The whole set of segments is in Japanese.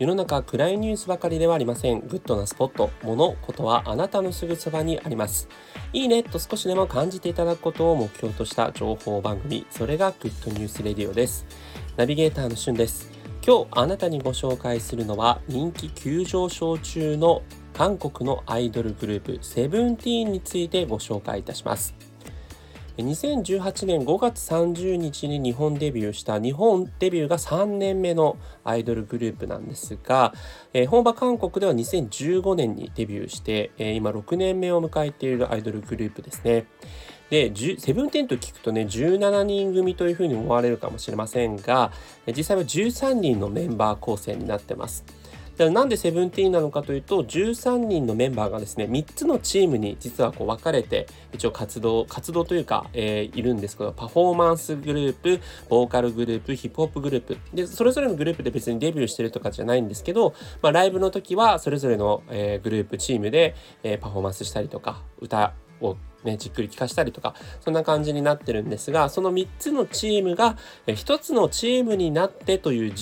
世の中暗いニュースばかりではありません。グッドなスポット、物事はあなたのすぐそばにあります。いいねと少しでも感じていただくことを目標とした情報番組、それがグッドニュースレディオです。ナビゲーターのしゅんです。今日あなたにご紹介するのは、人気急上昇中の韓国のアイドルグループセブンティーンについてご紹介いたします。2018年5月30日に日本デビューした日本デビューが3年目のアイドルグループなんですが、本場韓国では2015年にデビューして、今6年目を迎えているアイドルグループですね。で、セブンティーンと聞くとね、17人組というふうに思われるかもしれませんが、実際は13人のメンバー構成になってます。なんでセブンティーンなのかというと、13人のメンバーがですね、3つのチームに実は分かれて一応活動というか、いるんですけど、パフォーマンスグループ、ボーカルグループ、ヒップホップグループで、それぞれのグループで別にデビューしてるとかじゃないんですけど、ライブの時はそれぞれの、グループチームで、パフォーマンスしたりとか、歌をじっくり聞かしたりとか、そんな感じになってるんですが、その3つのチームが1つのチームになってという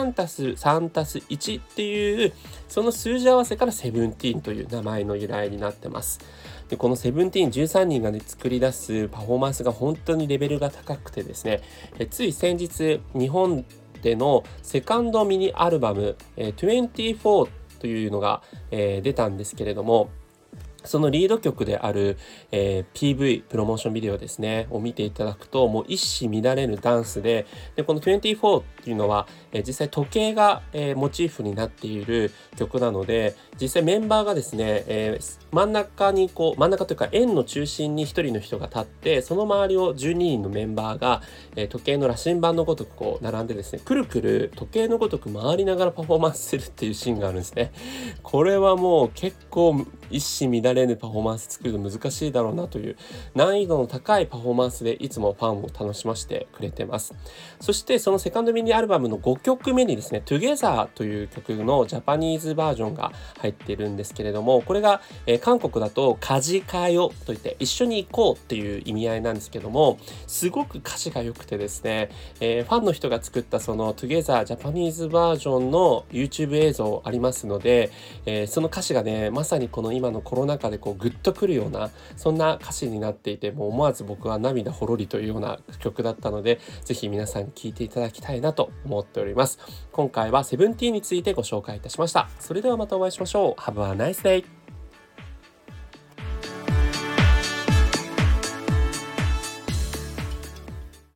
13+3+1 っていうその数字合わせからセブンティーンという名前の由来になってます。で、このセブンティーン13人がね作り出すパフォーマンスが本当にレベルが高くてですね、つい先日日本でのセカンドミニアルバム24というのが出たんですけれども、そのリード曲である、PV プロモーションビデオですねを見ていただくと、もう一糸乱れぬダンスで、この24っていうのは、実際時計が、モチーフになっている曲なので、実際メンバーがですね、真ん中というか円の中心に一人の人が立って、その周りを12人のメンバーが、時計の羅針盤のごとく並んでですね、くるくる時計のごとく回りながらパフォーマンスするっていうシーンがあるんですね。これはもう結構一糸乱れぬパフォーマンス作るの難しいだろうなという難易度の高いパフォーマンスでいつもファンを楽しませてくれてます。そしてそのセカンドミニアルバムの5曲目にですね Together という曲のジャパニーズバージョンが入っているんですけれども、これが、韓国だとカジカヨといって一緒に行こうっていう意味合いなんですけども、すごく歌詞が良くてですね、ファンの人が作ったその Together ジャパニーズバージョンの YouTube 映像ありますので、その歌詞がねまさにこの今のコロナ禍でグッとくるようなそんな歌詞になっていて、もう思わず僕は涙ほろりというような曲だったので、ぜひ皆さんに聴いていただきたいなと思っております。今回はセブンティーンについてご紹介いたしました。それではまたお会いしましょう。Have a nice day!